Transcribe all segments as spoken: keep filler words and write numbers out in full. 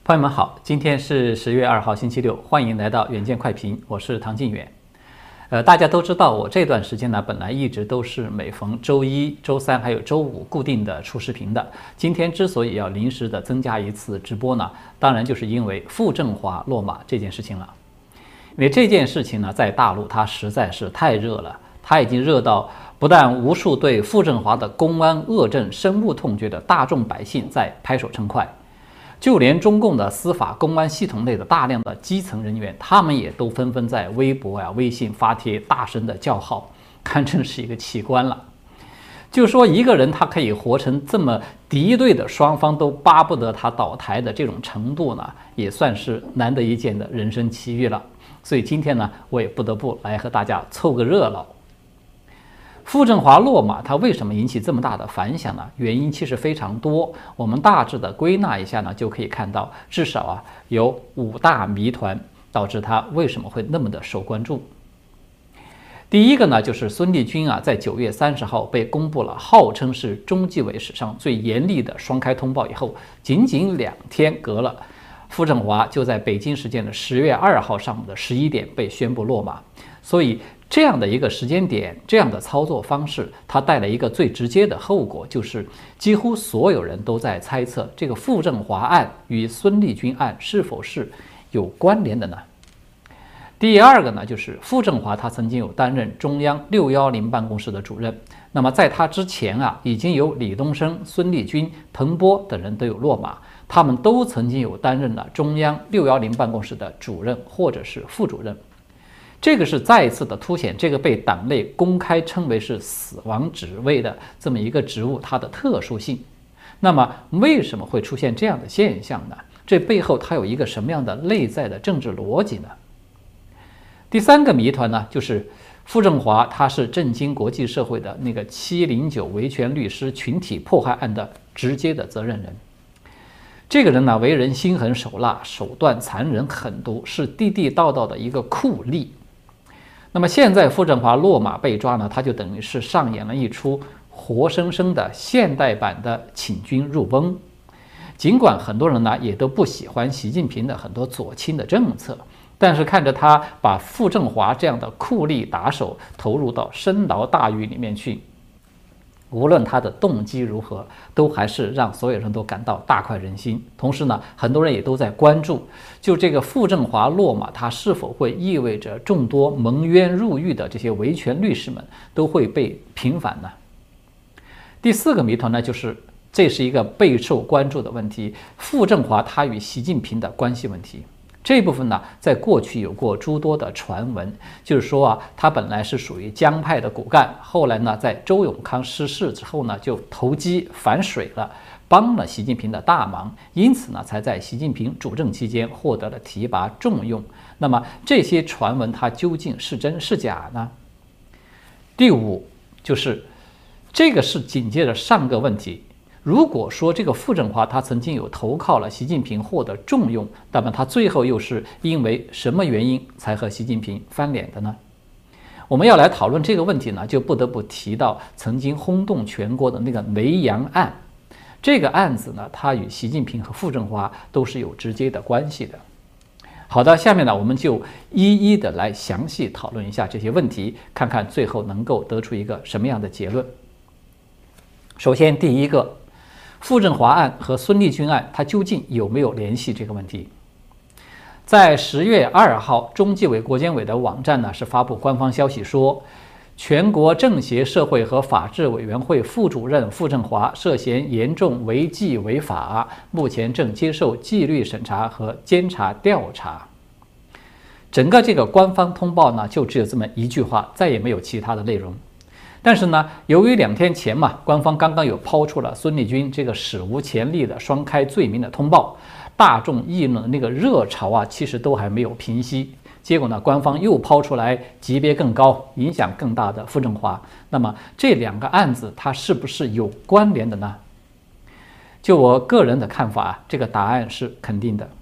朋友们好，今天是十月二号星期六，欢迎来到远见快评，我是唐晋远。呃，大家都知道，我这段时间呢，本来一直都是每逢周一、周三还有周五固定的出视频的。今天之所以要临时的增加一次直播呢，当然就是因为傅政华落马这件事情了。因为这件事情呢，在大陆它实在是太热了，它已经热到不但无数对傅政华的公安恶政深恶痛绝的大众百姓在拍手称快。就连中共的司法公安系统内的大量的基层人员，他们也都纷纷在微博呀、微信发帖，大声的叫好，堪称是一个奇观了。就说一个人他可以活成这么敌对的双方都巴不得他倒台的这种程度呢，也算是难得一见的人生奇遇了。所以今天呢，我也不得不来和大家凑个热闹。傅政华落马，他为什么引起这么大的反响呢？原因其实非常多，我们大致的归纳一下呢，就可以看到，至少啊有五大谜团导致他为什么会那么的受关注。第一个呢，就是孙立军啊，在九月三十号被公布了号称是中纪委史上最严厉的双开通报以后，仅仅两天隔了，傅政华就在北京时间的十月二号上午的十一点被宣布落马，所以这样的一个时间点，这样的操作方式，它带来一个最直接的后果，就是几乎所有人都在猜测这个傅政华案与孙立军案是否是有关联的呢？第二个呢，就是傅政华他曾经有担任中央六一零办公室的主任，那么在他之前啊，已经有李东生、孙立军、彭波等人都有落马，他们都曾经有担任了中央六一零办公室的主任或者是副主任。这个是再一次的凸显这个被党内公开称为是死亡职位的这么一个职务它的特殊性。那么为什么会出现这样的现象呢？这背后它有一个什么样的内在的政治逻辑呢？第三个谜团呢，就是傅政华他是震惊国际社会的那个七零九维权律师群体迫害案的直接的责任人。这个人呢，为人心狠手辣，手段残忍狠毒，是地地道道的一个酷吏。那么现在傅政华落马被抓呢，他就等于是上演了一出活生生的现代版的请君入瓮。尽管很多人呢也都不喜欢习近平的很多左倾的政策，但是看着他把傅政华这样的酷吏打手投入到深牢大狱里面去，无论他的动机如何，都还是让所有人都感到大快人心。同时呢，很多人也都在关注，就这个傅政华落马，他是否会意味着众多蒙冤入狱的这些维权律师们都会被平反呢？第四个谜团呢，就是这是一个备受关注的问题，傅政华他与习近平的关系问题。这部分呢，在过去有过诸多的传闻，就是说啊，他本来是属于江派的骨干，后来呢，在周永康失势之后呢，就投机反水了，帮了习近平的大忙，因此呢，才在习近平主政期间获得了提拔重用。那么这些传闻它究竟是真是假呢？第五就是这个是紧接着上个问题。如果说这个傅政华他曾经有投靠了习近平获得重用，那么他最后又是因为什么原因才和习近平翻脸的呢？我们要来讨论这个问题呢，就不得不提到曾经轰动全国的那个雷洋案。这个案子呢，它与习近平和傅政华都是有直接的关系的。好的，下面呢，我们就一一的来详细讨论一下这些问题，看看最后能够得出一个什么样的结论。首先，第一个，傅政华案和孙立军案，它究竟有没有联系这个问题？在十月二号，中纪委国监委的网站呢是发布官方消息说，全国政协社会和法制委员会副主任傅政华涉嫌严重违纪违法，目前正接受纪律审查和监察调查。整个这个官方通报呢，就只有这么一句话，再也没有其他的内容。但是呢，由于两天前嘛，官方刚刚有抛出了孙立军这个史无前例的双开罪名的通报，大众议论的那个热潮啊，其实都还没有平息。结果呢，官方又抛出来级别更高、影响更大的傅政华。那么这两个案子它是不是有关联的呢？就我个人的看法啊，这个答案是肯定的。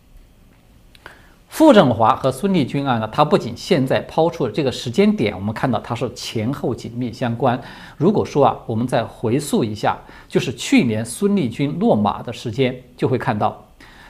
傅政华和孙立军案呢，它不仅现在抛出的这个时间点，我们看到它是前后紧密相关。如果说啊，我们再回溯一下，就是去年孙立军落马的时间，就会看到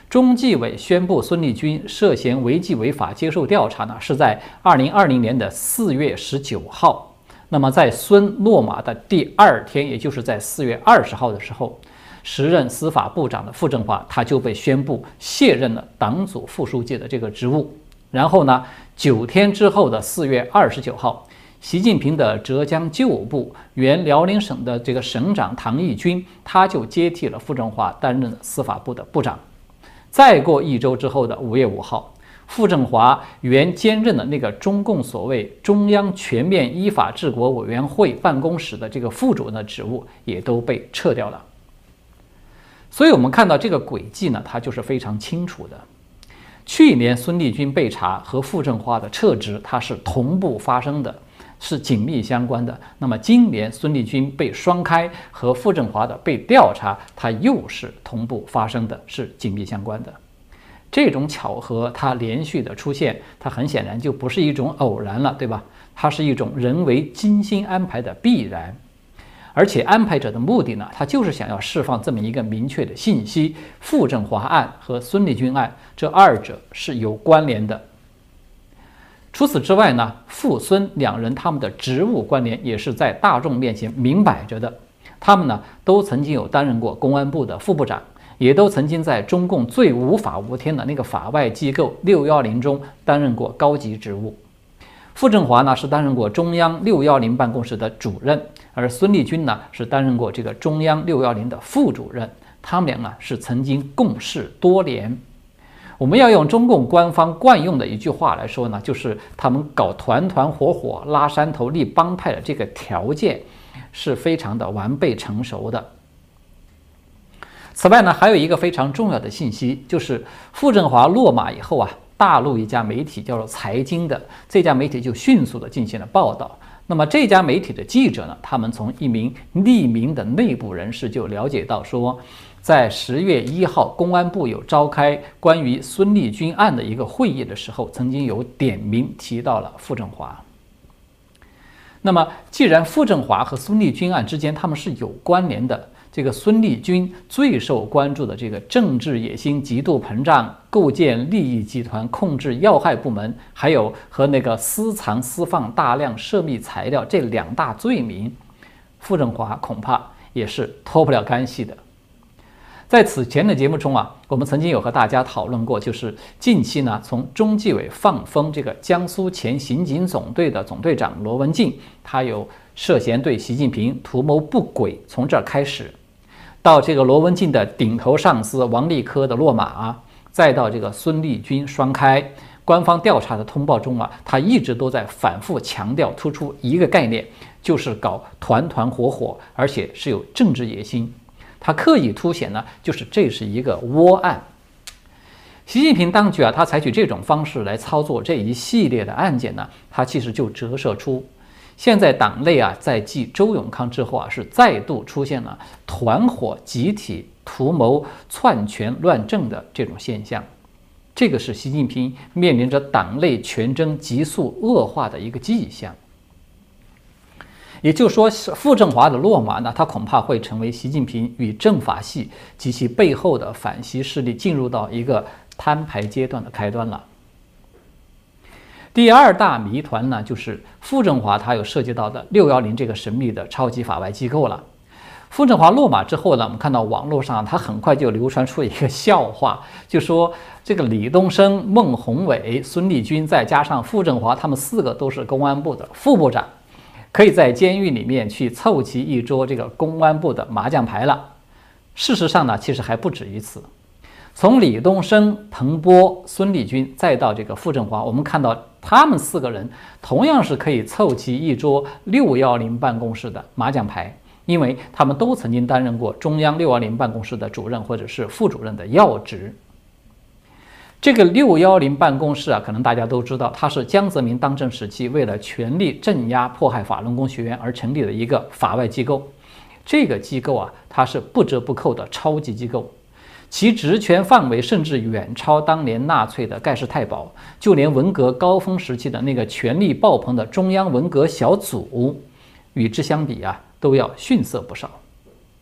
中纪委宣布孙立军涉嫌违纪违法接受调查呢，是在二零二零年的四月十九号。那么在孙落马的第二天，也就是在四月二十号的时候，时任司法部长的傅政华他就被宣布卸任了党组副书记的这个职务。然后呢，九天之后的四月二十九号，习近平的浙江旧部原辽宁省的这个省长唐义军，他就接替了傅政华担任司法部的部长。再过一周之后的五月五号，傅政华原兼任的那个中共所谓中央全面依法治国委员会办公室的这个副主任的职务也都被撤掉了。所以我们看到这个轨迹呢，它就是非常清楚的。去年孙立军被查和傅政华的撤职，它是同步发生的，是紧密相关的。那么今年孙立军被双开和傅政华的被调查，它又是同步发生的，是紧密相关的。这种巧合它连续的出现，它很显然就不是一种偶然了，对吧？它是一种人为精心安排的必然。而且安排者的目的呢，他就是想要释放这么一个明确的信息：傅政华案和孙立军案这二者是有关联的。除此之外呢，傅孙两人他们的职务关联也是在大众面前明摆着的。他们呢都曾经有担任过公安部的副部长，也都曾经在中共最无法无天的那个法外机构六一零中担任过高级职务。傅政华呢是担任过中央六一零办公室的主任，而孙立军呢是担任过这个中央六一零的副主任。他们俩呢是曾经共事多年。我们要用中共官方惯用的一句话来说呢，就是他们搞团团伙伙、拉山头立帮派的这个条件是非常的完备成熟的。此外呢，还有一个非常重要的信息，就是傅政华落马以后啊，大陆一家媒体叫做财经的，这家媒体就迅速的进行了报道。那么这家媒体的记者呢，他们从一名匿名的内部人士就了解到说，在十月一号公安部有召开关于孙立军案的一个会议的时候，曾经有点名提到了傅政华。那么既然傅政华和孙立军案之间他们是有关联的，这个孙立军最受关注的这个政治野心极度膨胀、构建利益集团、控制要害部门，还有和那个私藏私放大量涉密材料这两大罪名，傅政华恐怕也是脱不了干系的。在此前的节目中啊，我们曾经有和大家讨论过，就是近期呢，从中纪委放风这个江苏前刑警总队的总队长罗文静，他有涉嫌对习近平图谋不轨，从这儿开始，到这个罗文静的顶头上司王立科的落马，再到这个孙立军双开，官方调查的通报中啊，他一直都在反复强调突出一个概念，就是搞团团伙伙，而且是有政治野心。他刻意凸显呢，就是这是一个窝案。习近平当局啊，他采取这种方式来操作这一系列的案件呢，他其实就折射出，现在党内啊，在继周永康之后啊，是再度出现了团伙集体图谋篡权乱政的这种现象。这个是习近平面临着党内权争急速恶化的一个迹象。也就是说，傅政华的落马呢，他恐怕会成为习近平与政法系及其背后的反习势力进入到一个摊牌阶段的开端了。第二大谜团呢，就是傅政华他有涉及到的六一零这个神秘的超级法外机构了。傅政华落马之后呢，我们看到网络上他很快就流传出一个笑话，就说这个李东生、孟宏伟、孙立军再加上傅政华，他们四个都是公安部的副部长，可以在监狱里面去凑齐一桌这个公安部的麻将牌了。事实上呢，其实还不止于此。从李东生、彭波、孙立军再到这个傅政华，我们看到他们四个人同样是可以凑齐一桌六一零办公室的麻将牌，因为他们都曾经担任过中央六一零办公室的主任或者是副主任的要职。这个六一零办公室啊，可能大家都知道，它是江泽民当政时期为了全力镇压迫害法轮功学员而成立的一个法外机构。这个机构啊，它是不折不扣的超级机构，其职权范围甚至远超当年纳粹的盖世太保，就连文革高峰时期的那个权力爆棚的中央文革小组，与之相比啊，都要逊色不少。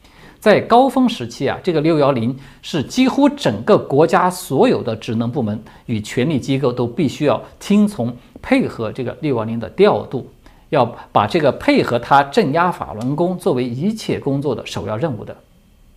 在高峰时期啊，这个六一零是几乎整个国家所有的职能部门与权力机构都必须要听从配合这个六一零的调度，要把这个配合他镇压法轮功作为一切工作的首要任务的。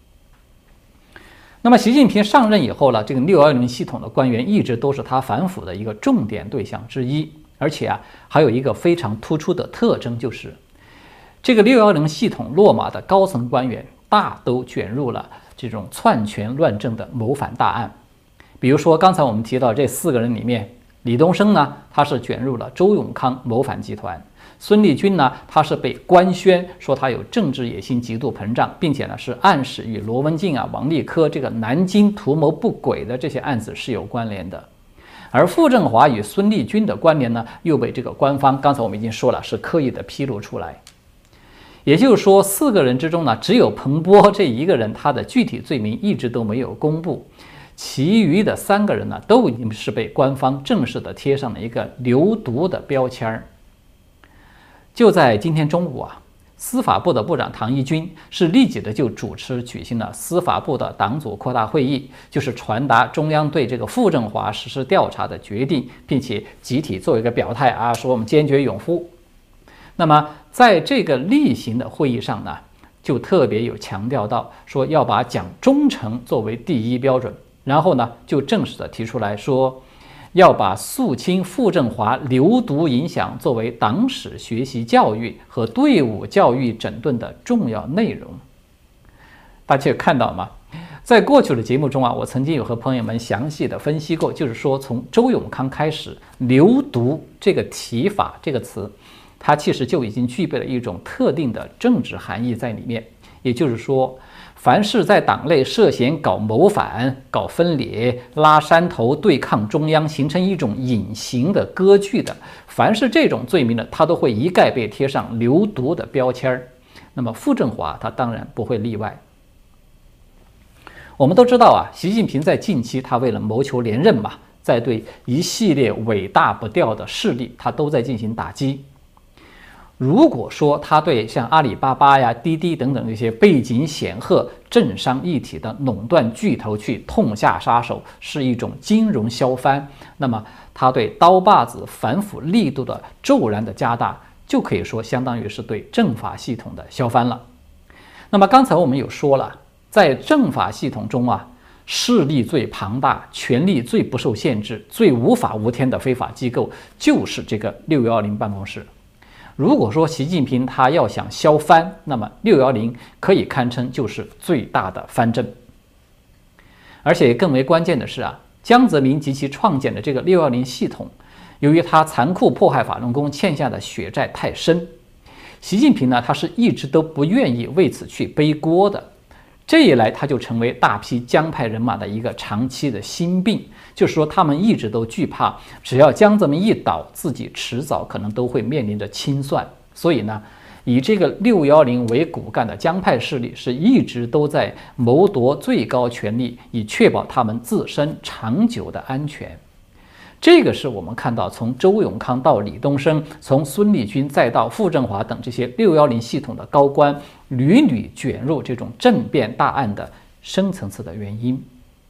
那么习近平上任以后呢，这个六一零系统的官员一直都是他反腐的一个重点对象之一，而且啊，还有一个非常突出的特征，就是这个六一零系统落马的高层官员大都卷入了这种篡权乱政的谋反大案。比如说刚才我们提到这四个人里面，李东生呢，他是卷入了周永康谋反集团；孙立军呢，他是被官宣说他有政治野心极度膨胀，并且呢是暗示与罗文静啊、王立科这个南京图谋不轨的这些案子是有关联的。而傅政华与孙立军的关联呢，又被这个官方刚才我们已经说了是刻意的披露出来。也就是说，四个人之中呢，只有彭波这一个人，他的具体罪名一直都没有公布，其余的三个人呢，都已经是被官方正式的贴上了一个流毒的标签儿。就在今天中午啊，司法部的部长唐一军是立即的就主持举行了司法部的党组扩大会议，就是传达中央对这个傅政华实施调查的决定，并且集体做一个表态啊，说我们坚决拥护。那么在这个例行的会议上呢，就特别有强调到说要把讲忠诚作为第一标准，然后呢就正式的提出来说要把肃清傅政华流毒影响作为党史学习教育和队伍教育整顿的重要内容。大家有看到吗？在过去的节目中啊，我曾经有和朋友们详细的分析过，就是说从周永康开始，流毒这个提法这个词，它其实就已经具备了一种特定的政治含义在里面。也就是说，凡是在党内涉嫌搞谋反、搞分裂、拉山头、对抗中央，形成一种隐形的割据的，凡是这种罪名的，他都会一概被贴上流毒的标签儿。那么傅政华他当然不会例外。我们都知道啊，习近平在近期他为了谋求连任嘛，在对一系列尾大不掉的势力，他都在进行打击。如果说他对像阿里巴巴呀、滴滴等等这些背景显赫、政商一体的垄断巨头去痛下杀手，是一种金融削藩，那么他对刀把子反腐力度的骤然的加大，就可以说相当于是对政法系统的削藩了。那么刚才我们有说了，在政法系统中啊，势力最庞大、权力最不受限制、最无法无天的非法机构，就是这个六一零办公室。如果说习近平他要想削藩，那么六一零可以堪称就是最大的藩镇。而且更为关键的是啊，江泽民及其创建的这个六一零系统，由于他残酷迫害法轮功欠下的血债太深，习近平呢他是一直都不愿意为此去背锅的。这一来，他就成为大批江派人马的一个长期的心病，就是说他们一直都惧怕，只要江泽民一倒，自己迟早可能都会面临着清算。所以呢，以这个六一零为骨干的江派势力是一直都在谋夺最高权力，以确保他们自身长久的安全。这个是我们看到从周永康到李东生，从孙立军再到傅政华等这些六一零系统的高官屡屡卷入这种政变大案的深层次的原因。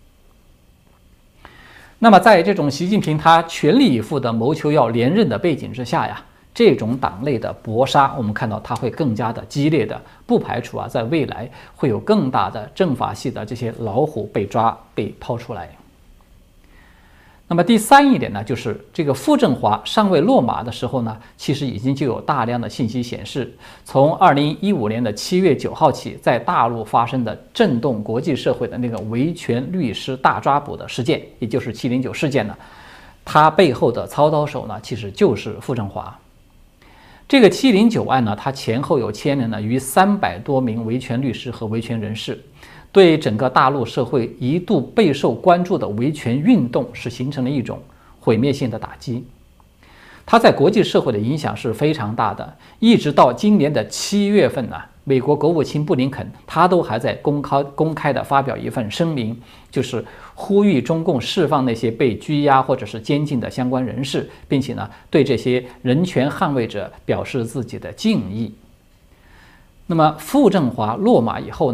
那么在这种习近平他全力以赴的谋求要连任的背景之下呀，这种党内的搏杀，我们看到它会更加的激烈的，不排除啊在未来会有更大的政法系的这些老虎被抓被抛出来。那么第三一点呢，就是这个傅政华尚未落马的时候呢，其实已经就有大量的信息显示，从二零一五年的七月九号起，在大陆发生的震动国际社会的那个维权律师大抓捕的事件，也就是七零九事件呢，它背后的操刀手呢，其实就是傅政华。这个七零九案呢，它前后有牵连了逾三百多名维权律师和维权人士。对整个大陆社会一度备受关注的维权运动是形成了一种毁灭性的打击，它在国际社会的影响是非常大的。一直到今年的七月份呢，美国国务卿布林肯他都还在公开公开的发表一份声明，就是呼吁中共释放那些被拘押或者是监禁的相关人士，并且呢对这些人权捍卫者表示自己的敬意。那么傅政华落马以后呢，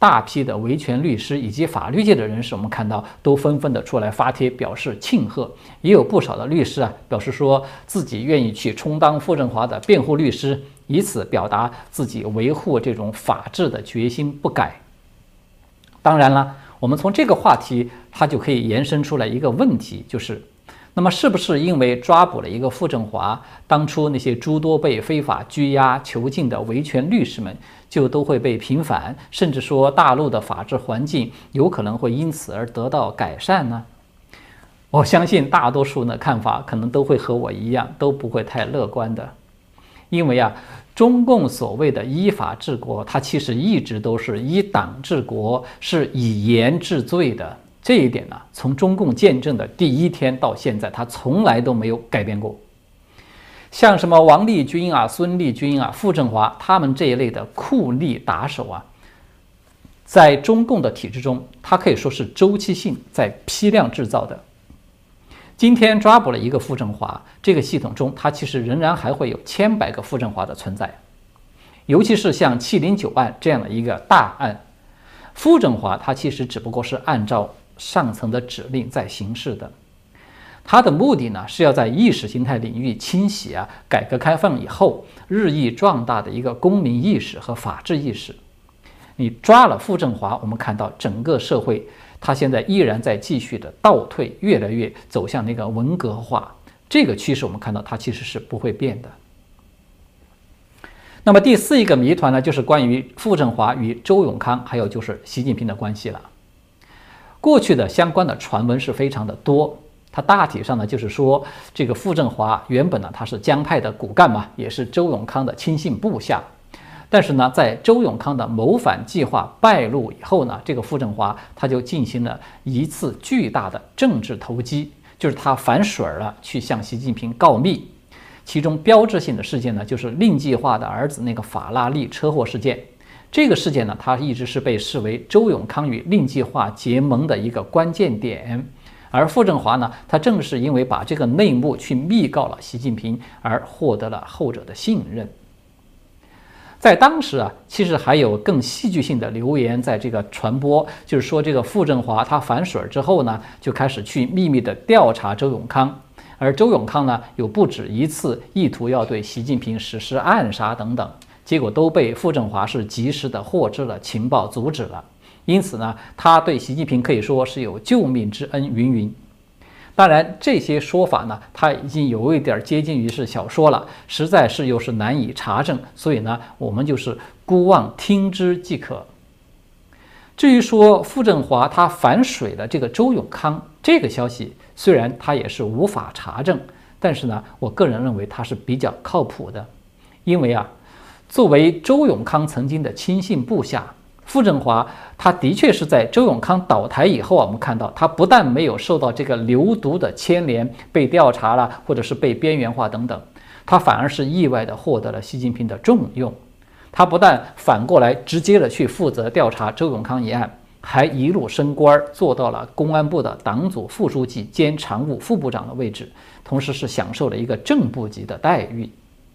大批的维权律师以及法律界的人士，我们看到都纷纷的出来发帖表示庆贺，也有不少的律师啊表示说自己愿意去充当傅政华的辩护律师，以此表达自己维护这种法治的决心不改。当然了，我们从这个话题它就可以延伸出来一个问题，就是那么是不是因为抓捕了一个傅政华，当初那些诸多被非法拘押囚禁的维权律师们就都会被平反，甚至说大陆的法治环境有可能会因此而得到改善呢？我相信大多数人的看法可能都会和我一样，都不会太乐观的。因为啊，中共所谓的依法治国，它其实一直都是依党治国，是以严治罪的。这一点呢，从中共建政的第一天到现在，它从来都没有改变过。像什么王立军啊、孙立军啊、傅政华他们这一类的酷吏打手啊，在中共的体制中，它可以说是周期性在批量制造的。今天抓捕了一个傅政华，这个系统中它其实仍然还会有千百个傅政华的存在。尤其是像七零九案这样的一个大案，傅政华他其实只不过是按照上层的指令在行事的。他的目的呢，是要在意识形态领域清洗啊，改革开放以后日益壮大的一个公民意识和法治意识。你抓了傅政华，我们看到整个社会它现在依然在继续的倒退，越来越走向那个文革化。这个趋势我们看到它其实是不会变的。那么第四一个谜团呢，就是关于傅政华与周永康还有就是习近平的关系了。过去的相关的传闻是非常的多，它大体上呢就是说，这个傅政华原本呢他是江派的骨干嘛，也是周永康的亲信部下。但是呢，在周永康的谋反计划败露以后呢，这个傅政华他就进行了一次巨大的政治投机，就是他反水了，去向习近平告密。其中标志性的事件呢，就是令计划的儿子那个法拉利车祸事件。这个事件呢，它一直是被视为周永康与令计划结盟的一个关键点。而傅政华呢，他正是因为把这个内幕去密告了习近平，而获得了后者的信任。在当时啊，其实还有更戏剧性的流言在这个传播，就是说这个傅政华他反水之后呢，就开始去秘密的调查周永康，而周永康呢有不止一次意图要对习近平实施暗杀等等，结果都被傅政华是及时的获知了情报，阻止了。因此呢，他对习近平可以说是有救命之恩云云。当然，这些说法呢，它已经有一点接近于是小说了，实在是又是难以查证，所以呢，我们就是姑妄听之即可。至于说傅政华他反水的这个周永康，这个消息虽然它也是无法查证，但是呢，我个人认为它是比较靠谱的，因为啊，作为周永康曾经的亲信部下，傅政华他的确是在周永康倒台以后啊，我们看到他不但没有受到这个流毒的牵连，被调查了，或者是被边缘化等等，他反而是意外的获得了习近平的重用。他不但反过来直接的去负责调查周永康一案，还一路升官，做到了公安部的党组副书记兼常务副部长的位置，同时是享受了一个正部级的待遇。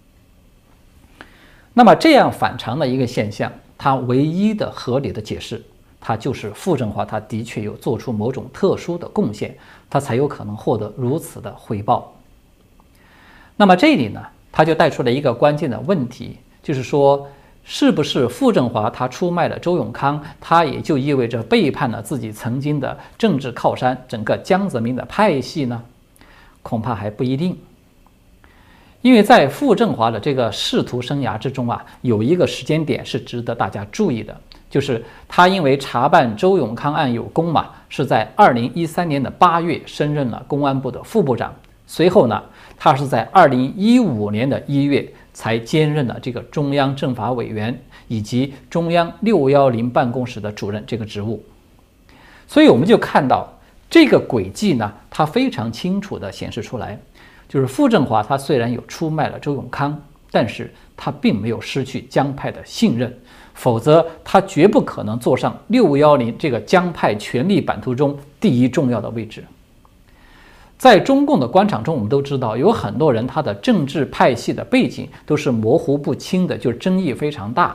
那么这样反常的一个现象，它唯一的合理的解释，它就是傅政华他的确有做出某种特殊的贡献，他才有可能获得如此的回报。那么这里呢，他就带出了一个关键的问题，就是说，是不是傅政华他出卖了周永康，他也就意味着背叛了自己曾经的政治靠山整个江泽民的派系呢？恐怕还不一定。因为在傅政华的这个仕途生涯之中啊，有一个时间点是值得大家注意的，就是他因为查办周永康案有功嘛，是在二零一三年的八月升任了公安部的副部长。随后呢，他是在二零一五年的一月才兼任了这个中央政法委员以及中央六一零办公室的主任这个职务。所以我们就看到这个轨迹呢，它非常清楚地显示出来。就是傅政华他虽然有出卖了周永康，但是他并没有失去江派的信任，否则他绝不可能坐上六一零这个江派权力版图中第一重要的位置。在中共的官场中，我们都知道有很多人他的政治派系的背景都是模糊不清的，就是争议非常大。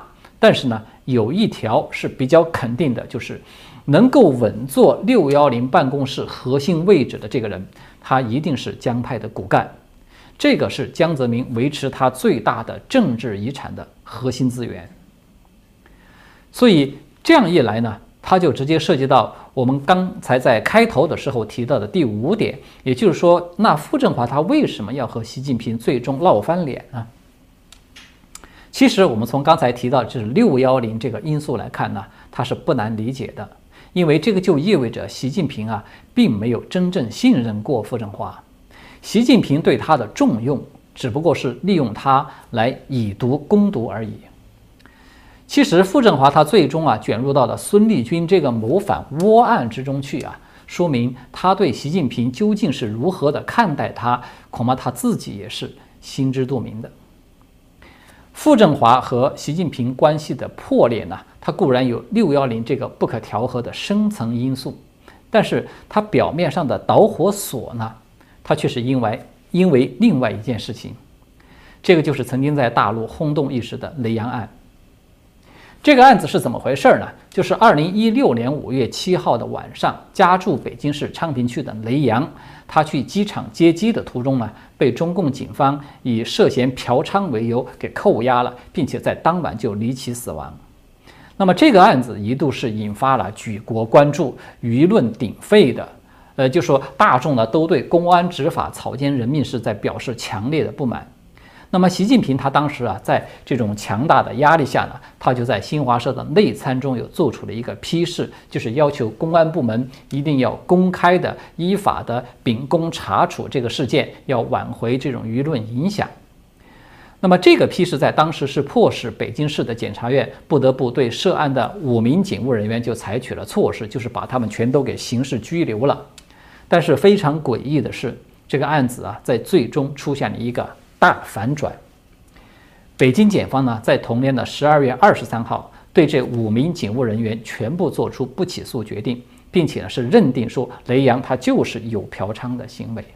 但是呢，有一条是比较肯定的，就是能够稳坐六一零办公室核心位置的这个人，他一定是江派的骨干。这个是江泽民维持他最大的政治遗产的核心资源。所以这样一来呢，它就直接涉及到我们刚才在开头的时候提到的第五点，也就是说，那傅政华他为什么要和习近平最终闹翻脸呢？其实我们从刚才提到就是六一零这个因素来看呢，它是不难理解的，因为这个就意味着习近平啊，并没有真正信任过傅政华。习近平对他的重用，只不过是利用他来以毒攻毒而已。其实傅政华他最终啊卷入到了孙立军这个谋反窝案之中去啊，说明他对习近平究竟是如何的看待他，恐怕他自己也是心知肚明的。傅政华和习近平关系的破裂呢，它固然有六一零这个不可调和的深层因素，但是它表面上的导火索呢，它却是因为因为另外一件事情，这个就是曾经在大陆轰动一时的雷洋案。这个案子是怎么回事呢？就是二零一六年五月七号的晚上，家住北京市昌平区的雷洋，他去机场接机的途中呢，被中共警方以涉嫌嫖娼为由给扣押了，并且在当晚就离奇死亡。那么这个案子一度是引发了举国关注、舆论鼎沸的，呃，就说大众呢都对公安执法草菅人命是在表示强烈的不满。那么习近平他当时啊，在这种强大的压力下呢，他就在新华社的内参中有做出了一个批示，就是要求公安部门一定要公开的、依法的秉公查处这个事件，要挽回这种舆论影响。那么这个批示在当时是迫使北京市的检察院不得不对涉案的五名警务人员就采取了措施，就是把他们全都给刑事拘留了。但是非常诡异的是，这个案子啊，在最终出现了一个大反转。北京检方呢，在同年的十二月二十三号，对这五名警务人员全部做出不起诉决定，并且呢是认定说雷洋他就是有嫖娼的行为。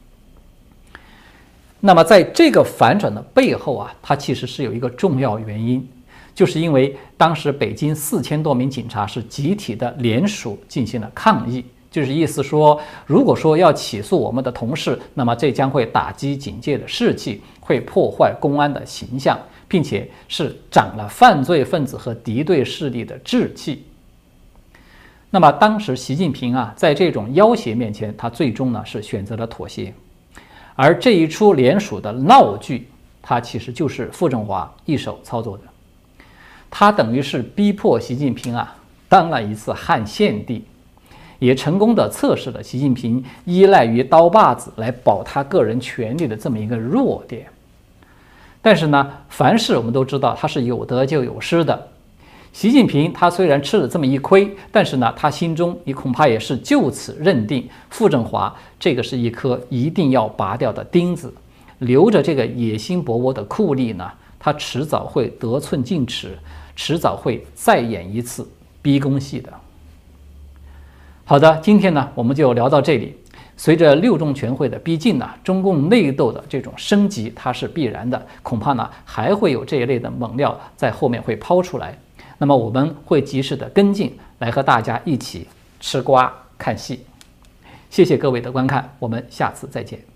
那么在这个反转的背后啊，它其实是有一个重要原因，就是因为当时北京四千多名警察是集体的联署进行了抗议。就是意思说，如果说要起诉我们的同事，那么这将会打击警界的士气，会破坏公安的形象，并且是长了犯罪分子和敌对势力的志气。那么当时习近平啊，在这种要挟面前，他最终呢是选择了妥协。而这一出联署的闹剧，它其实就是傅政华一手操作的，他等于是逼迫习近平啊当了一次汉献帝。也成功的测试了习近平依赖于刀把子来保他个人权利的这么一个弱点。但是呢，凡事我们都知道它是有得就有失的。习近平他虽然吃了这么一亏，但是呢，他心中你恐怕也是就此认定傅政华这个是一颗一定要拔掉的钉子，留着这个野心勃勃的酷吏呢，他迟早会得寸进尺，迟早会再演一次逼宫戏的。好的，今天呢我们就聊到这里。随着六中全会的逼近呢，中共内斗的这种升级它是必然的，恐怕呢还会有这一类的猛料在后面会抛出来。那么我们会及时的跟进，来和大家一起吃瓜看戏。谢谢各位的观看，我们下次再见。